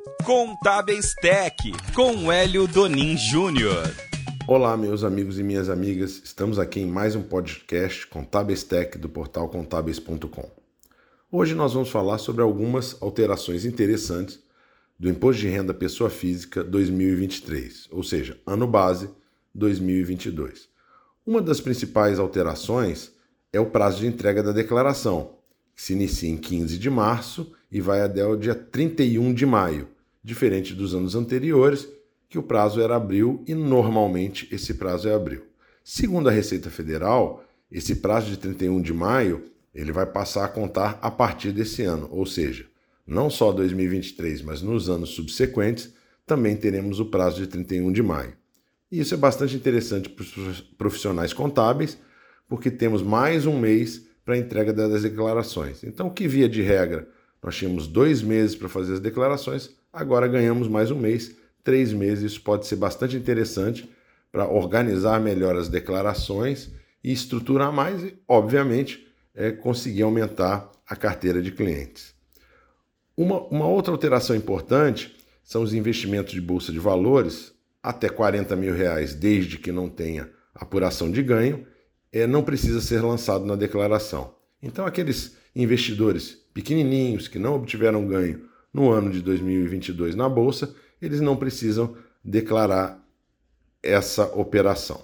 Contábeis Tech, com Hélio Donin Júnior. Olá, meus amigos e minhas amigas. Estamos aqui em mais um podcast Contábeis Tech do portal contábeis.com. Hoje nós vamos falar sobre algumas alterações interessantes do Imposto de Renda Pessoa Física 2023, ou seja, ano base 2022. Uma das principais alterações é o prazo de entrega da declaração, que se inicia em 15 de março e vai até o dia 31 de maio, diferente dos anos anteriores, que o prazo era abril e normalmente esse prazo é abril. Segundo a Receita Federal, esse prazo de 31 de maio ele vai passar a contar a partir desse ano, ou seja, não só 2023, mas nos anos subsequentes também teremos o prazo de 31 de maio. E isso é bastante interessante para os profissionais contábeis, porque temos mais um mês para a entrega das declarações. Então, que via de regra, nós tínhamos 2 meses para fazer as declarações, agora ganhamos mais um mês, 3 meses. Isso pode ser bastante interessante para organizar melhor as declarações e estruturar mais e, obviamente, conseguir aumentar a carteira de clientes. Uma outra alteração importante são os investimentos de bolsa de valores, até R$40 mil, desde que não tenha apuração de ganho, não precisa ser lançado na declaração. Então, aqueles investidores pequenininhos que não obtiveram ganho no ano de 2022 na bolsa, eles não precisam declarar essa operação.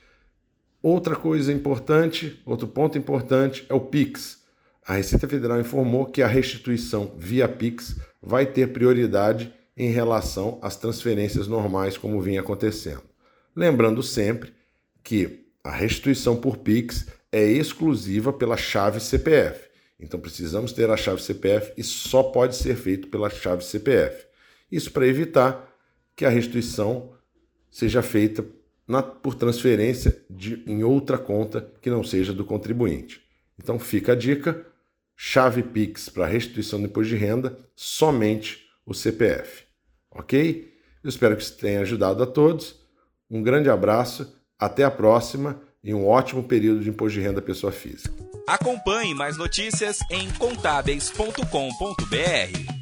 Outra coisa importante, outro ponto importante é o PIX. A Receita Federal informou que a restituição via PIX vai ter prioridade em relação às transferências normais, como vinha acontecendo. Lembrando sempre que a restituição por PIX é exclusiva pela chave CPF. Então precisamos ter a chave CPF e só pode ser feito pela chave CPF. Isso para evitar que a restituição seja feita por transferência em outra conta que não seja do contribuinte. Então fica a dica, chave PIX para restituição do imposto de renda, somente o CPF. Ok? Eu espero que isso tenha ajudado a todos. Um grande abraço, até a próxima e um ótimo período de imposto de renda pessoa física. Acompanhe mais notícias em contábeis.com.br.